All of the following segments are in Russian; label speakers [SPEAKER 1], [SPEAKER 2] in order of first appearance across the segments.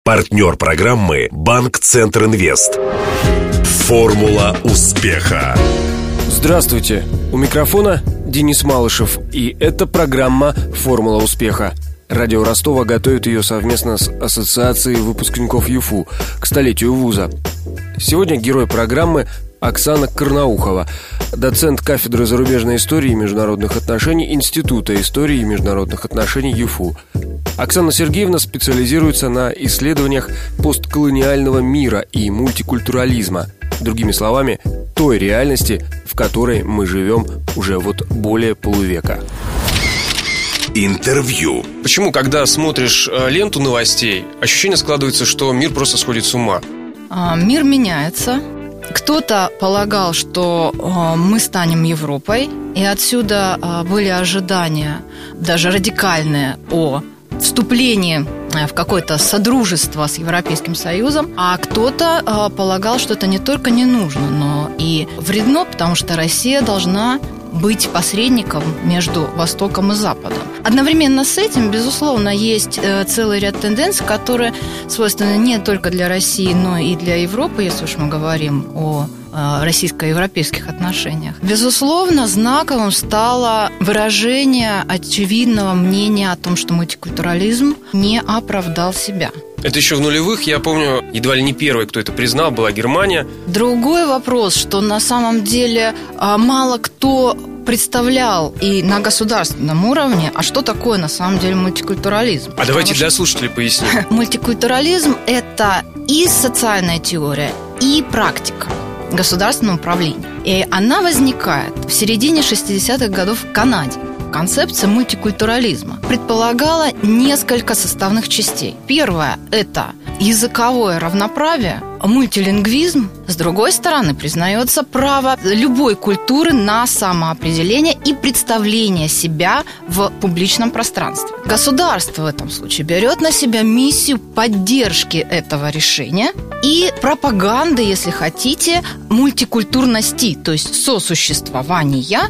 [SPEAKER 1] Партнер программы «Банк Центр Инвест». Формула успеха.
[SPEAKER 2] Здравствуйте, у микрофона Денис Малышев, и это программа «Формула успеха». Радио Ростова готовит ее совместно с Ассоциацией выпускников ЮФУ к столетию вуза. Сегодня герой программы Оксана Карнаухова, доцент кафедры зарубежной истории и международных отношений Института истории и международных отношений ЮФУ. Оксана Сергеевна специализируется на исследованиях постколониального мира и мультикультурализма. Другими словами, той реальности, в которой мы живем уже более полувека.
[SPEAKER 1] Интервью.
[SPEAKER 2] Почему, когда смотришь ленту новостей, ощущение складывается, что мир просто сходит с ума?
[SPEAKER 3] Мир меняется. Кто-то полагал, что мы станем Европой, и отсюда были ожидания, даже радикальные, о вступлении в какое-то содружество с Европейским Союзом, а кто-то полагал, что это не только не нужно, но и вредно, потому что Россия должна быть посредником между Востоком и Западом. Одновременно с этим, безусловно, есть целый ряд тенденций, которые свойственны не только для России, но и для Европы, если уж мы говорим о российско-европейских отношениях. Безусловно, знаковым стало выражение очевидного мнения о том, что мультикультурализм не оправдал себя.
[SPEAKER 2] Это еще в нулевых, я помню, едва ли не первый, кто это признал, была Германия.
[SPEAKER 3] Другой вопрос, что на самом деле мало кто представлял и на государственном уровне, а что такое на самом деле мультикультурализм.
[SPEAKER 2] Давайте для слушателей поясним.
[SPEAKER 3] Мультикультурализм – это и социальная теория, и практика государственного управления. И она возникает в середине 60-х годов в Канаде. Концепция мультикультурализма предполагала несколько составных частей. Первое – это языковое равноправие, мультилингвизм. С другой стороны, признается право любой культуры на самоопределение и представление себя в публичном пространстве. Государство в этом случае берет на себя миссию поддержки этого решения и пропаганды, если хотите, мультикультурности, то есть сосуществования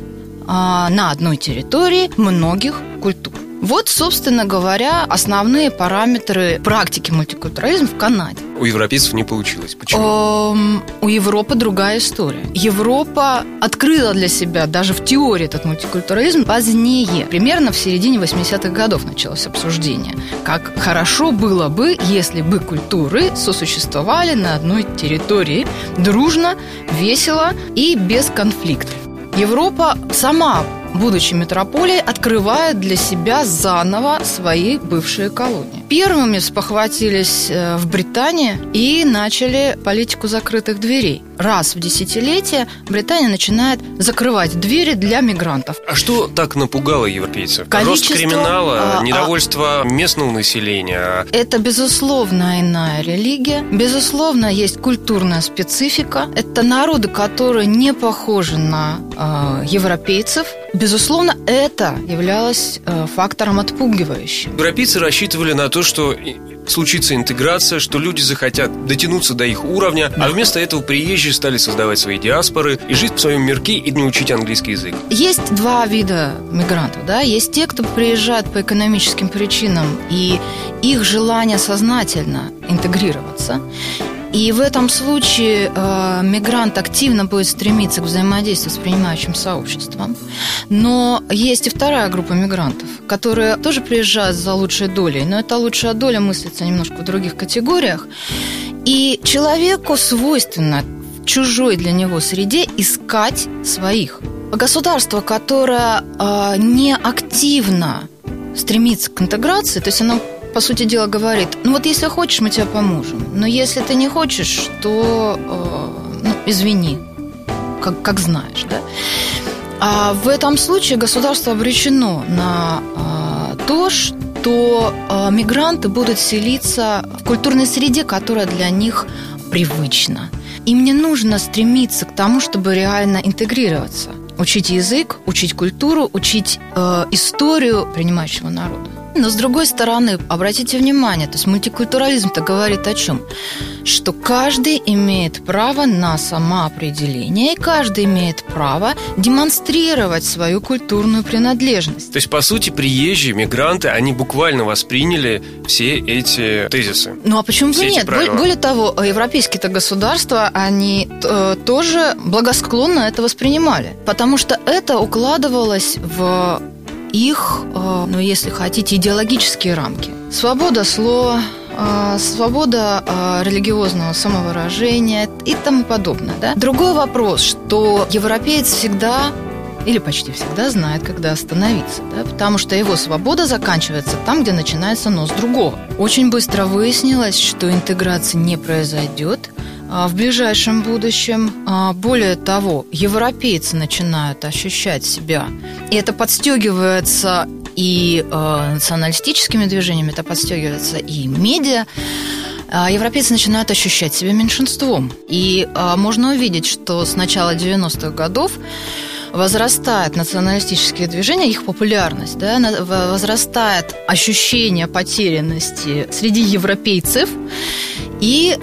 [SPEAKER 3] на одной территории многих культур. Вот, собственно говоря, основные параметры практики мультикультурализма в Канаде.
[SPEAKER 2] У европейцев не получилось. Почему?
[SPEAKER 3] У Европы другая история. Европа открыла для себя даже в теории этот мультикультурализм позднее. Примерно в середине 80-х годов началось обсуждение. Как хорошо было бы, если бы культуры сосуществовали на одной территории дружно, весело и без конфликтов. Европа сама, будучи метрополией, открывает для себя заново свои бывшие колонии. Первыми спохватились в Британии и начали политику закрытых дверей. Раз в десятилетие Британия начинает закрывать двери для мигрантов.
[SPEAKER 2] А что так напугало европейцев? Рост криминала, недовольство местного населения?
[SPEAKER 3] Это, безусловно, иная религия. Безусловно, есть культурная специфика. Это народы, которые не похожи на европейцев. Безусловно, это являлось фактором отпугивающим.
[SPEAKER 2] Европейцы рассчитывали на то, что случится интеграция, что люди захотят дотянуться до их уровня, а вместо этого приезжие стали создавать свои диаспоры и жить в своем мирке и не учить английский язык.
[SPEAKER 3] Есть два вида мигрантов, да? Есть те, кто приезжает по экономическим причинам, и их желание сознательно интегрироваться. И в этом случае мигрант активно будет стремиться к взаимодействию с принимающим сообществом. Но есть и вторая группа мигрантов, которые тоже приезжают за лучшей долей, но эта лучшая доля мыслится немножко в других категориях. И человеку свойственно в чужой для него среде искать своих. Государство, которое не активно стремится к интеграции, то есть оно, по сути дела, говорит: если хочешь, мы тебе поможем. Но если ты не хочешь, то извини, как знаешь, да? А в этом случае государство обречено на то, что мигранты будут селиться в культурной среде, которая для них привычна. Им не нужно стремиться к тому, чтобы реально интегрироваться. Учить язык, учить культуру, учить историю принимающего народа. Но, с другой стороны, обратите внимание, то есть мультикультурализм-то говорит о чем? Что каждый имеет право на самоопределение, и каждый имеет право демонстрировать свою культурную принадлежность.
[SPEAKER 2] То есть, по сути, приезжие, мигранты, они буквально восприняли все эти тезисы.
[SPEAKER 3] Ну, а почему бы нет? Более того, европейские-то государства, они тоже благосклонно это воспринимали, потому что это укладывалось в их, ну, если хотите, идеологические рамки. Свобода слова, свобода религиозного самовыражения и тому подобное. Да? Другой вопрос, что европеец всегда или почти всегда знает, когда остановиться, да? Потому что его свобода заканчивается там, где начинается нос другого. Очень быстро выяснилось, что интеграция не произойдет в ближайшем будущем. Более того, европейцы начинают ощущать себя, и это подстегивается и националистическими движениями, это подстегивается и медиа. Европейцы начинают ощущать себя меньшинством. И можно увидеть, что с начала 90-х годов возрастает националистические движения, их популярность, да, возрастает ощущение потерянности среди европейцев и,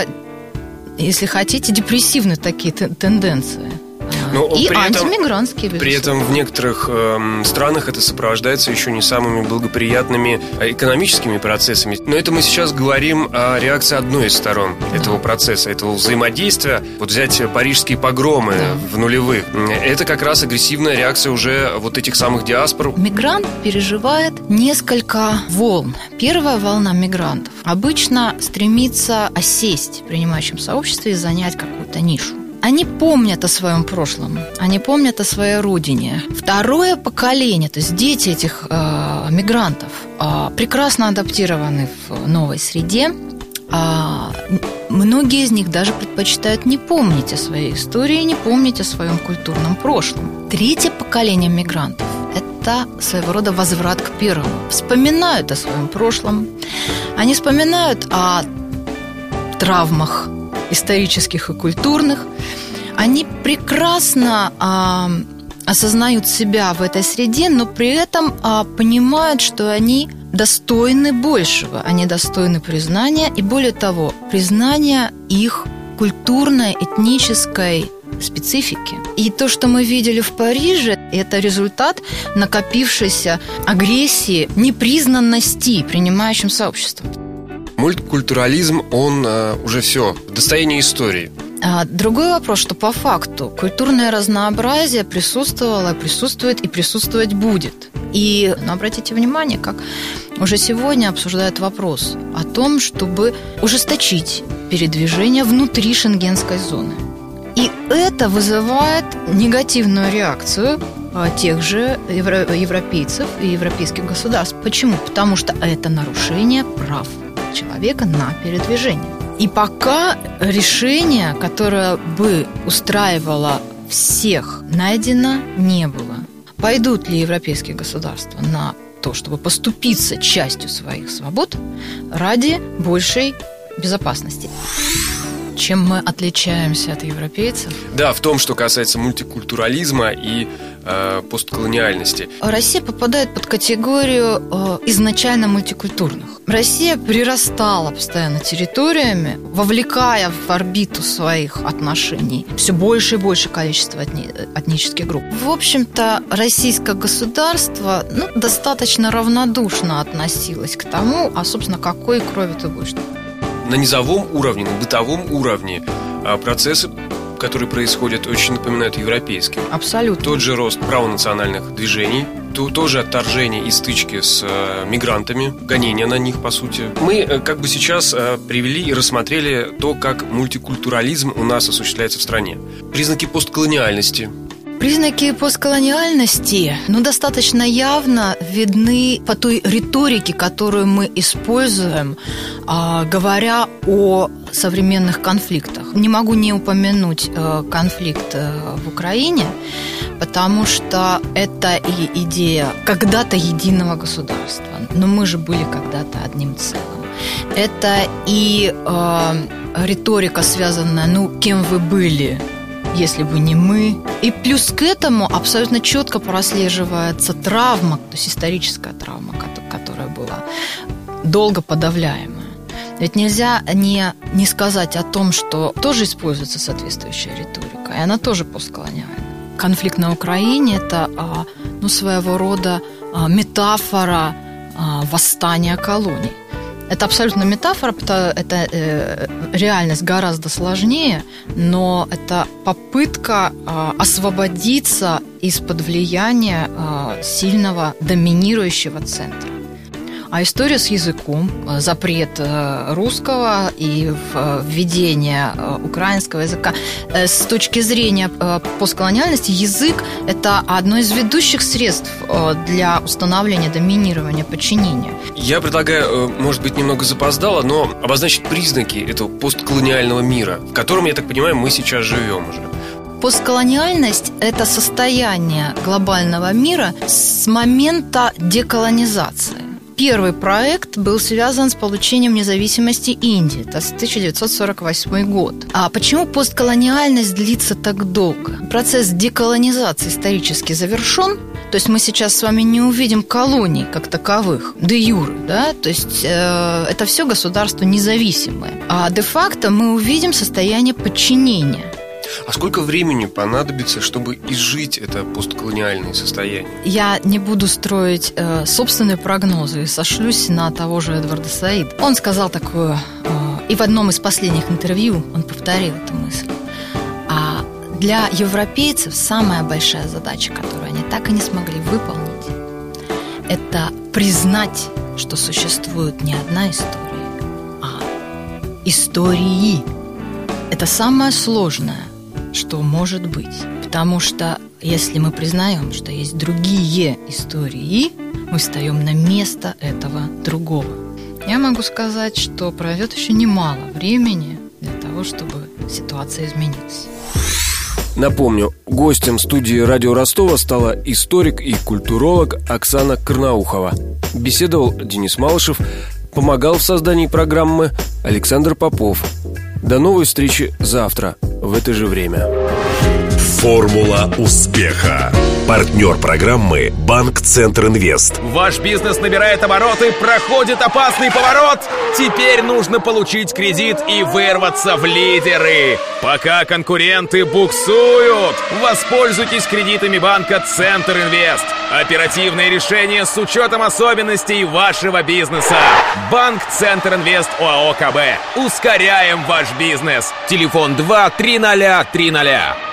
[SPEAKER 3] если хотите, депрессивные такие тенденции. И антимигрантские, безусловно.
[SPEAKER 2] При этом в некоторых странах это сопровождается еще не самыми благоприятными экономическими процессами. Но это мы сейчас говорим о реакции одной из сторон этого процесса, этого взаимодействия. Вот взять парижские погромы в нулевых. Это как раз агрессивная реакция уже вот этих самых диаспор.
[SPEAKER 3] Мигрант переживает несколько волн. Первая волна мигрантов обычно стремится осесть в принимающем сообществе и занять какую-то нишу. Они помнят о своем прошлом, они помнят о своей родине. Второе поколение, то есть дети этих мигрантов, прекрасно адаптированы в новой среде. Многие из них даже предпочитают не помнить о своей истории, не помнить о своем культурном прошлом. Третье поколение мигрантов – это своего рода возврат к первому. Вспоминают о своем прошлом, они вспоминают о травмах исторических и культурных. Они прекрасно осознают себя в этой среде, но при этом понимают, что они достойны большего, они достойны признания, и более того, признания их культурной, этнической специфики. И то, что мы видели в Париже, это результат накопившейся агрессии, непризнанности принимающим сообществом.
[SPEAKER 2] Мультикультурализм, он уже все, достояние истории.
[SPEAKER 3] Другой вопрос, что по факту культурное разнообразие присутствовало, присутствует и присутствовать будет. И обратите внимание, как уже сегодня обсуждают вопрос о том, чтобы ужесточить передвижение внутри шенгенской зоны. И это вызывает негативную реакцию тех же европейцев и европейских государств. Почему? Потому что это нарушение прав человека на передвижение. И пока решение, которое бы устраивало всех, найдено не было. Пойдут ли европейские государства на то, чтобы поступиться частью своих свобод ради большей безопасности? Чем мы отличаемся от европейцев?
[SPEAKER 2] Да, в том, что касается мультикультурализма и постколониальности.
[SPEAKER 3] Россия попадает под категорию изначально мультикультурных. Россия прирастала постоянно территориями, вовлекая в орбиту своих отношений все больше и больше количество этнических групп. В общем-то, российское государство достаточно равнодушно относилось к тому, собственно, какой крови ты будешь.
[SPEAKER 2] На низовом уровне, на бытовом уровне процессы, которые происходят, очень напоминают европейские.
[SPEAKER 3] Абсолютно.
[SPEAKER 2] Тот же рост правонациональных движений, тоже отторжение и стычки с мигрантами, гонения на них, по сути. Мы как бы сейчас привели и рассмотрели то, как мультикультурализм у нас осуществляется в стране. Признаки постколониальности.
[SPEAKER 3] Признаки постколониальности достаточно явно видны по той риторике, которую мы используем, говоря о современных конфликтах. Не могу не упомянуть конфликт в Украине, потому что это и идея когда-то единого государства. Но мы же были когда-то одним целым. Это и риторика, связанная, кем вы были, если бы не мы. И плюс к этому абсолютно четко прослеживается травма, то есть историческая травма, которая было долго подавляемое. Ведь нельзя не сказать о том, что тоже используется соответствующая риторика, и она тоже постколониальна. Конфликт на Украине – это своего рода метафора восстания колоний. Это абсолютно метафора, это реальность гораздо сложнее, но это попытка освободиться из-под влияния сильного доминирующего центра. А история с языком, запрет русского и введение украинского языка. С точки зрения постколониальности, язык – это одно из ведущих средств для установления доминирования, подчинения.
[SPEAKER 2] Я предлагаю, может быть, немного запоздало, но обозначить признаки этого постколониального мира, в котором, я так понимаю, мы сейчас живем уже.
[SPEAKER 3] Постколониальность – это состояние глобального мира с момента деколонизации. Первый проект был связан с получением независимости Индии. Это 1948 год. А почему постколониальность длится так долго? Процесс деколонизации исторически завершен. То есть мы сейчас с вами не увидим колоний как таковых, де юре, да? То есть это все государства независимые. А де-факто мы увидим состояние подчинения.
[SPEAKER 2] А сколько времени понадобится, чтобы изжить это постколониальное состояние? Я
[SPEAKER 3] не буду строить собственные прогнозы и сошлюсь на того же Эдварда Саида. Он сказал такое, и в одном из последних интервью он повторил эту мысль. А для европейцев самая большая задача, которую они так и не смогли выполнить, это признать, что существует не одна история, а истории. Это самое сложное, что может быть. Потому что если мы признаем, что есть другие истории, мы встаем на место этого другого. Я могу сказать, что пройдет еще немало времени для того, чтобы ситуация изменилась.
[SPEAKER 2] Напомню, гостем студии «Радио Ростова» стала историк и культуролог Оксана Карнаухова. Беседовал Денис Малышев, помогал в создании программы Александр Попов. До новой встречи завтра в это же время.
[SPEAKER 1] Формула успеха. Партнер программы «Банк Центр Инвест».
[SPEAKER 4] Ваш бизнес набирает обороты, проходит опасный поворот. Теперь нужно получить кредит и вырваться в лидеры. Пока конкуренты буксуют, воспользуйтесь кредитами банка Центр Инвест. Оперативные решения с учетом особенностей вашего бизнеса. Банк Центр Инвест ОАО КБ. Ускоряем ваш бизнес. Телефон 2 300 300.